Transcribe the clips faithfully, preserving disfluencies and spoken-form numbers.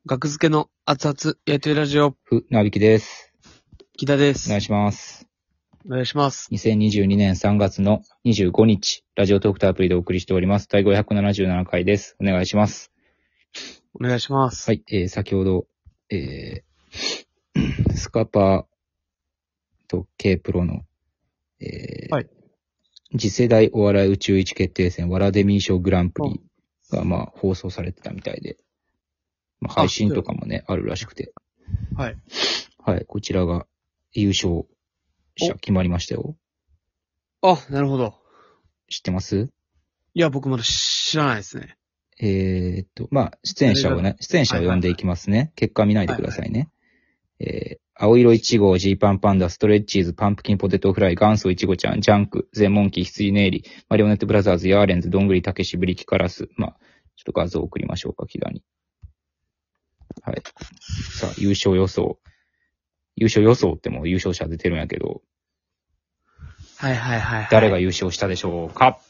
学付けの熱々やりとりラジオ、 ふ、なびきです。 木田です。 お願いします。 お願いします。 にせんにじゅうにねんさんがつのにじゅうごにち、ラジオトークとアプリでお送りしております。第ごひゃくななじゅうななかいです。お願いします。 お願いします。 はい、えー、先ほど、えー、スカパーと K プロの、えー、 はい。 次世代お笑い宇宙一決定戦、ワラデミー賞グランプリが、まあ、放送されてたみたいで、まあ、配信とかもね、あるらしくて。 はい。 はい、こちらが優勝者決まりましたよ。 あ、なるほど。 知ってます？ いや、僕まだ知らないですね。 えーっと、まあ、出演者をね、出演者を呼んでいきますね。結果見ないでくださいね。えー、青色いちごう、ジーパンパンダ、ストレッチーズ、パンプキンポテトフライ、元祖いちごちゃん、ジャンク、ゼンモンキー、羊ネイリ、マリオネットブラザーズ、ヤーレンズ、どんぐりたけし、ブリキカラス。まあ、ちょっと画像を送りましょうか、木田に。はい。さあ、優勝予想。優勝予想ってもう優勝者出てるんやけど、 はいはいはい、はい。 誰が優勝したでしょうか？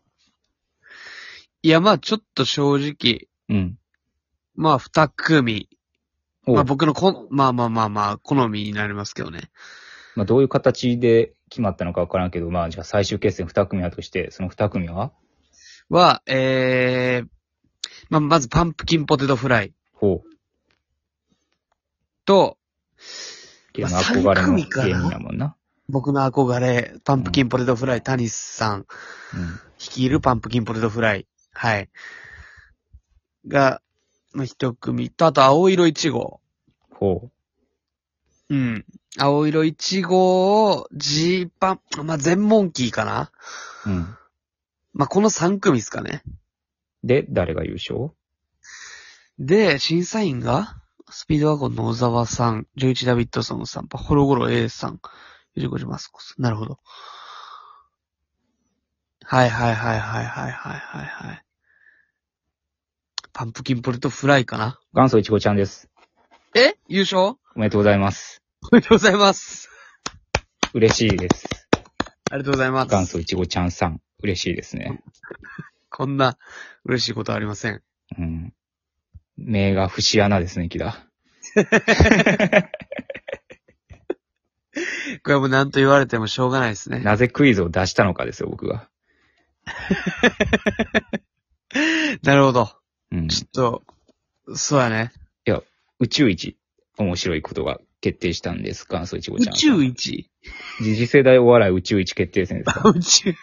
いや、まあちょっと正直、 うん。 まあ二組。 おまあ僕のこ、まあまあまあまあ、好みになりますけどね。 まあ、どういう形で決まったのかわからんけど、まあ、じゃあ最終決戦に組だとして、そのに組はは、えー、まあまずパンプキンポテトフライほう。 と、 芸のまあ憧れの三組かな芸人やもんな。 僕の憧れ、パンプキンポテトフライ、タニスさん、 うん。 率いるパンプキンポテトフライ。はい。が、まあ、一組と、あと青色いちごほう。うん。青色いちごを、ジーパン、まあ、全モンキーかな。 う。うん。 まあ、このさん組ですかね。 で、誰が優勝？ で、審査員が、スピードワゴンの小沢さん、じゅういちダビッドソンさん、パホロゴロ A さん、ゆりこじマスコさん。なるほど。はいはいはいはいはいはいはいはい。パンプキンポテトフライかな。 元祖いちごちゃんです。 え優勝おめでとうございます。 おめでとうございます。 嬉しいです。 ありがとうございます。 元祖いちごちゃんさん。嬉しいですね。 こんな嬉しいことはありません。 うん。目が節穴ですね、木田。 これはもう何と言われてもしょうがないですね。 なぜクイズを出したのかですよ、僕が。 なるほど。 うん。 ちょっと、そうやね。 いや、宇宙一面白いことが決定したんです、元祖いちごちゃん。 宇宙一次世代お笑い宇宙一決定戦ですか？ 宇宙、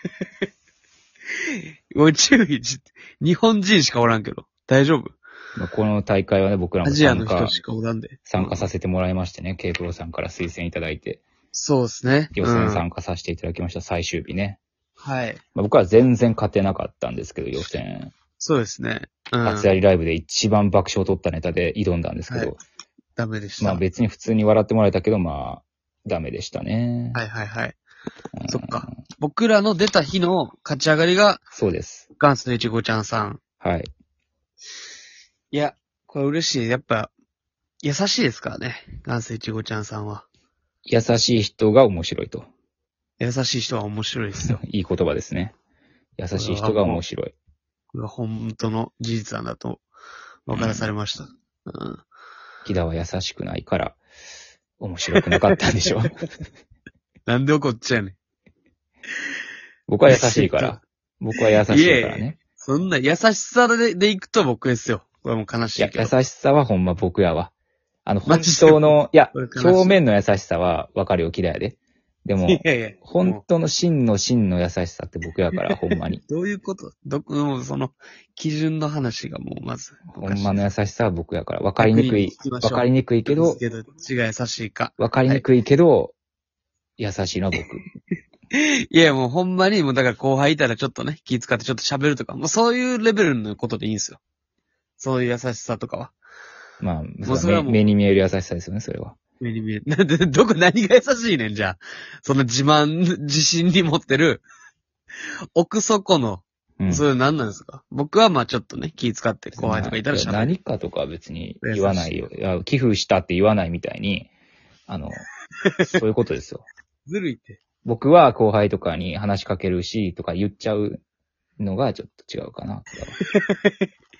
宇宙一って日本人しかおらんけど。大丈夫？ まあ、この大会はね、僕らもアジア参加、 の人しかおらんで。 参加させせてもらいましてね、K プロさんから推薦いただいて、 そうですね。 予選うん参加させていただきました、最終日ね。 はい。 まあ、僕は全然勝てなかったんですけど、予選。 そうですね。うん。 初やりライブで一番爆笑を取ったネタで挑んだんですけど、 はいダメでした。 まあ別に普通に笑ってもらえたけど、まあ、ダメでしたね。 はいはいはい。 うんそっか。僕らの出た日の勝ち上がりが、 そうです。 元祖のいちごちゃんさん。 はい。 いや、これ嬉しい。やっぱ、優しいですからね。元祖いちごちゃんさんは。 優しい人が面白いと。 優しい人は面白いですよ。 いい言葉ですね。優しい人が面白い。 これは本当の事実なんだと分からされました。うん。 木田は優しくないから、面白くなかったんでしょう。 なんで怒っちゃうねん。 僕は優しいから。僕は優しいからね。 そんな優しさで、でいくと僕ですよ。これもう悲しいや、 いけど。 優しさはほんま僕やわ。あの、本マジで当の、いやこれ悲しい、 表面の優しさはわかるよ、木田やで。でも、 いやいや。 本当の真の真の優しさって僕やから、ほんまに。 どういうことどこ、もうその、基準の話がもうまずおほかしい。 んまの優しさは僕やから。わかりにくい。わかりにくいけど、 けど、違う優しいか。 わかりにくいけど、優しいのは僕。 いや、もうほんまに、もうだから後輩いたらちょっとね、気遣ってちょっと喋るとか、もうそういうレベルのことでいいんですよ。そういう優しさとかは。 まあ、 もうそれはもう目目に見える優しさですよね、それは。 目に見える。なんで、どこ、何が優しいねん、じゃあ。その自慢、自信に持ってる、奥底の、 うん。 それ何なんですか？僕はまあちょっとね、気遣って後輩とかいたら喋る。 何かとかは別に言わないよ。いや、寄付したって言わないみたいに、あの、そういうことですよ。 ずるいって。 僕は後輩とかに話しかけるし、とか言っちゃうのがちょっと違うかな。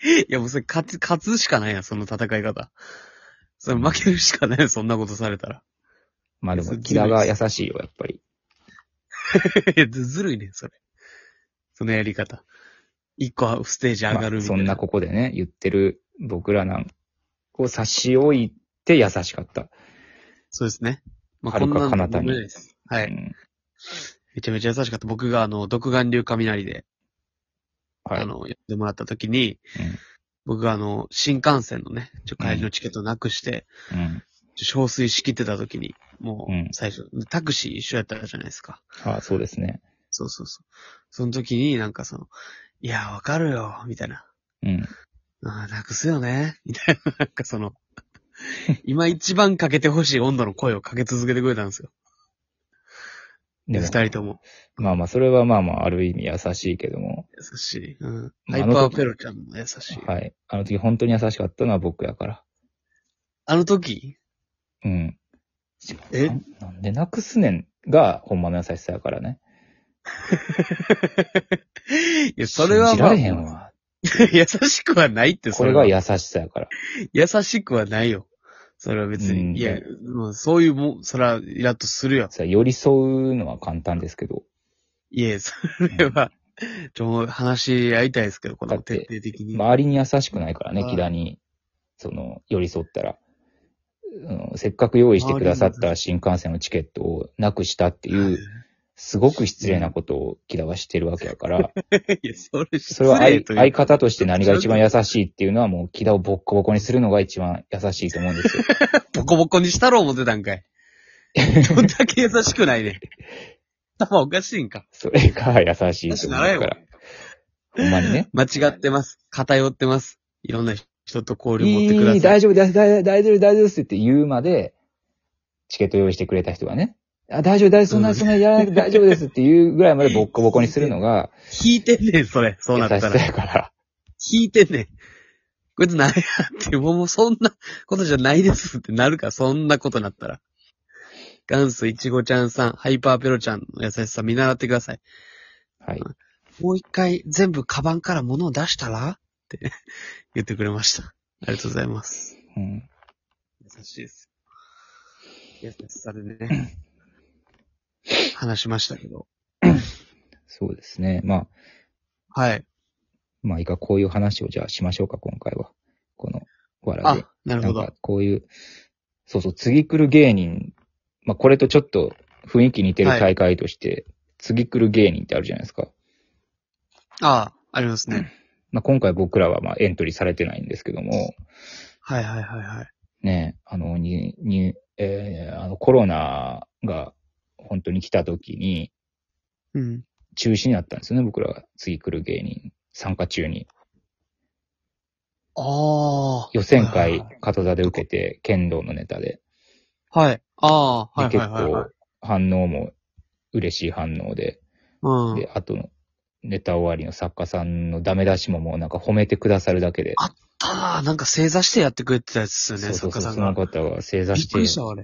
いやもうそれ勝つ、勝つしかないやん、その戦い方。それ負けるしかないよ、そんなことされたら。 まあでも、木田が優しいよ、やっぱり。 いや、ずるいねん、それ。そのやり方。一個ステージ上がるみたいな。 まあ、そんなここでね、言ってる僕らなんを差し置いて優しかった。 そうですね。まあ、 はるかこんな彼方にのないです。はい、 うん。 めちゃめちゃ優しかった。僕があの、独眼竜雷で、 はい。 あの、やってもらった時に、 うん。 僕があの、新幹線のね、ちょ、帰りのチケットなくして、 うん。 ちょ、憔悴しきってた時に、もう、 うん最初、タクシー一緒やったじゃないですか。 ああ、そうですね。 そうそうそう。その時になんかその、いや、わかるよ、みたいな。 うん。 ああ、なくすよね、みたいな。なんかその、今一番かけてほしい温度の声をかけ続けてくれたんですよ。で、 でも、 二人とも。 まあまあ、それはまあまあ、ある意味優しいけども。 優しい。うん。 まあハイパーペロちゃんも優しい。 はい。あの時本当に優しかったのは僕やから。 あの時うん。 えななんでなくすねんが、ほんまの優しさやからね。 いや、それはまあ、 信じられへんわ。 優しくはないって、 こそれは。 れが優しさやから。 優しくはないよ。それは別うんに。いや、もうそういうもん、それはイラッとするよ。 さ、寄り添うのは簡単ですけど。 いえ、それは、ちょ、話し合いたいですけど、この徹だって底的に。 周りに優しくないからね、 はい木田に、その、寄り添ったら。うんせっかく用意してくださった新幹線のチケットをなくしたっていう、すごく失礼なことを木田はしてるわけやから、 いや、それ、 それは相という相方として何が一番優しいっていうのはもう木田をボッコボコにするのが一番優しいと思うんですよ。 ボコボコにしたろう思ってたんかい。どんだけ優しくないねん。頭おかしいんか。 それが優しいと思うならから。ほんまにね。 間違ってます。偏ってます。いろんな人と交流持ってくだいい、 さい。 大丈夫です、大丈夫、大丈夫、大丈夫ですって言うまで、チケット用意してくれた人がね、あ、大丈夫、大丈夫、そんな、そんな、やらなくて大丈夫ですっていうぐらいまでボッコボコにするのが、 引いてんねん、それ。そうな優しさったら。 やから。 引いてんねん。こいつ何やって、もうそんなことじゃないですってなるか、そんなことなったら。元祖いちごちゃんさん、ハイパーペロちゃんの優しさ見習ってください。 はい。 もう一回全部カバンから物を出したらって言ってくれました。ありがとうございます。 うん。 優しいです。優しさでね、話しましたけど。 そうですね。まあ、 はい。 まあ、いいか、こういう話をじゃあしましょうか、今回は。この、笑で。 あ、なるほど。 なんか、こういう、そうそう、次来る芸人、まあ、これとちょっと雰囲気似てる大会として、次来る芸人ってあるじゃないですか。 ああ、ありますね。 まあ、今回僕らはまあエントリーされてないんですけども、 はいはいはいはい。 ね、あの、に、に、えーあの、コロナが本当に来た時に、 うん。 中止になったんですよね、僕らが次来る芸人、参加中に。 ああ。 予選会はいはい、 片座で受けて、剣道のネタで。 はい。ああ、はいで、結はいはい、はい。 構反応も嬉しい反応で、 うん。 で、あとのネタ終わりの作家さんのダメ出しももうなんか褒めてくださるだけで。 あったな、なんか正座してやってくれてたやつですよね、 そうそうそう、 作家さんが。 その方が正座びっして。 くりしたわ、あれ。 うん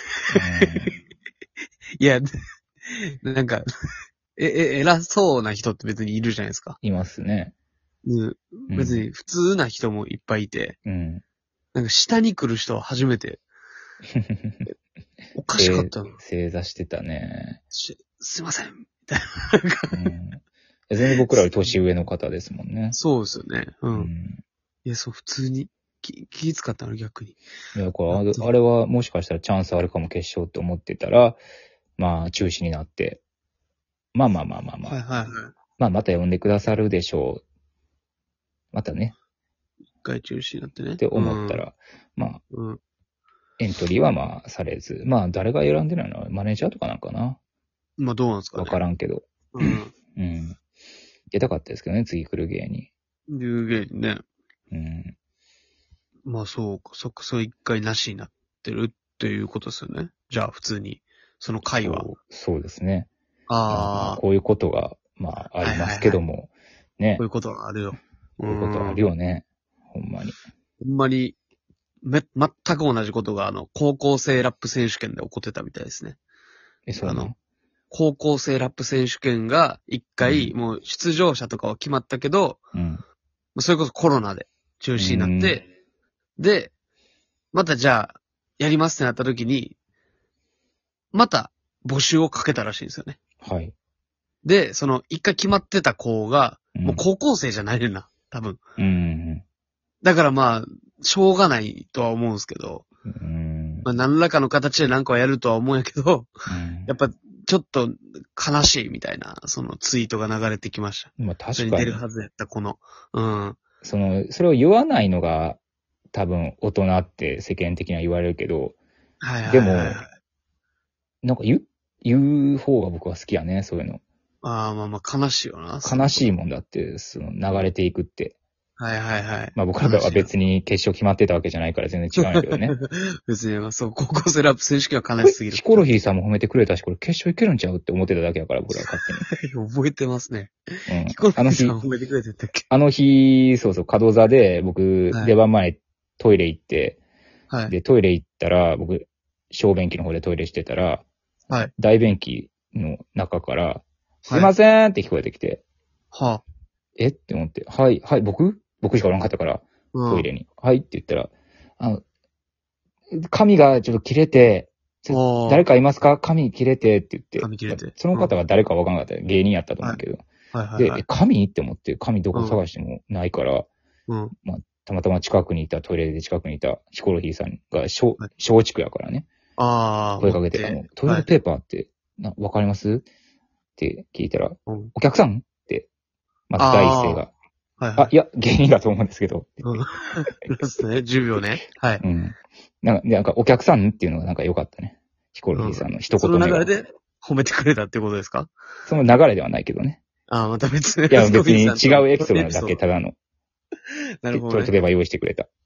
いや、なんか、え、え、偉そうな人って別にいるじゃないですか。 いますね。 うん。別に普通な人もいっぱいいて、 うん。 なんか下に来る人は初めて、おかしかったの。 正座してたね。 しすいません。みたいうん。全然僕らより年上の方ですもんね。 な。そうですよね。う。 うんん。 いや、そう、普通に、気、気使ったの、逆に。 いや、これ、あれはもしかしたらチャンスあるかも決勝って思ってたら、まあ中止になって、まあまあまあまあまあ、 はいはいはい。 まあまた呼んでくださるでしょう。またね、 一回中止になってね。 って思ったら、まあ、 うん。うん。 エントリーはまあされず、まあ誰が選んでないのはマネージャーとかなんかなまあどうなんですかね。 わからんけど。 うん。 うん。出たかったですけどね、次来る芸に。 流芸にね。 うん。 まあそうか、そっか、それ一回なしになってるっていうことですよね。じゃあ普通に、その回は。 そうそうですね。まあまああ、こあこういうことが、まあありますけども、ねういうことがあるよ。 こういうことあるよね。ほんまに。 ほんまに、め、全く同じことが、あの、高校生ラップ選手権で起こってたみたいですね。 え、そうなのあの、高校生ラップ選手権が一回、もう出場者とかは決まったけど、 うん。 それこそコロナで中止になって、で、またじゃあ、やりますってなった時に、また募集をかけたらしいんですよね。 はい。 で、その一回決まってた子が、 うんもう高校生じゃないねんな、多分。 うん。 だからまあ、しょうがないとは思うんですけど、 うん。 まあ何らかの形で何かはやるとは思うんやけど、 うんやっぱちょっと悲しいみたいな、そのツイートが流れてきました。 まあ確それかに。 に出るはずやったこの、うん。 その、それを言わないのが多分大人って世間的には言われるけど、 はいはいでもはいはい。、 なんか言う、言う方が僕は好きやね、そういうの。 ああ、まあまあ悲しいよな。 悲しいもん。 もんだって、その流れていくって。 はいはいはい。 まあ僕らは別に決勝決まってたわけじゃないから全然違うんやけどね。 別に、まあそう、高校生ラップ選手権は悲しすぎる。 ヒコロヒーさんも褒めてくれたし、これ決勝いけるんちゃうって思ってただけやから、僕らは勝手に。 覚えてますね。 うんヒコロヒあの日ーさん、褒めてくれてたっけ？ あの日、そうそう、角座で僕、 はい出番前トイレ行って、 はい。 で、トイレ行ったら、僕、小便器の方でトイレしてたら、 はい。 大便器の中から、すいませんって聞こえてきて、 はあ。 えって思って、はい、はい、僕僕しかおらんかったから、 うん。 トイレに。はいって言ったら、あの、髪がちょっと切れて、ちょおー誰かいますか髪切れてって言って。 髪切れてその方が誰かわかんなかった。芸人やったと思うけど。で、えはいはいはい。 髪って思って、髪どこ探してもないから、 うん。 たまたま近くにいた、トイレで近くにいたヒコロヒーさんが、小はい松竹やからね。 ああ。 声かけて、あの、トイレットペーパーって、な、わかりますって聞いたら、 うん。 お客さんって、まず第一声が。あ、 はいはいい。や、芸人だと思うんですけど。 うん。ラストね、じゅうびょうね。はい。 うん。なんか、なんかお客さんっていうのがなんか良かったね。ヒコロヒーさんの一そ言目が。 の流れで褒めてくれたってことですか？ その流れではないけどね。 ああ、また別に。 いや、別に違うエピソードなだけ、 エピソーただの。 ドなるほどね。 トイレットペーパー用意してくれた。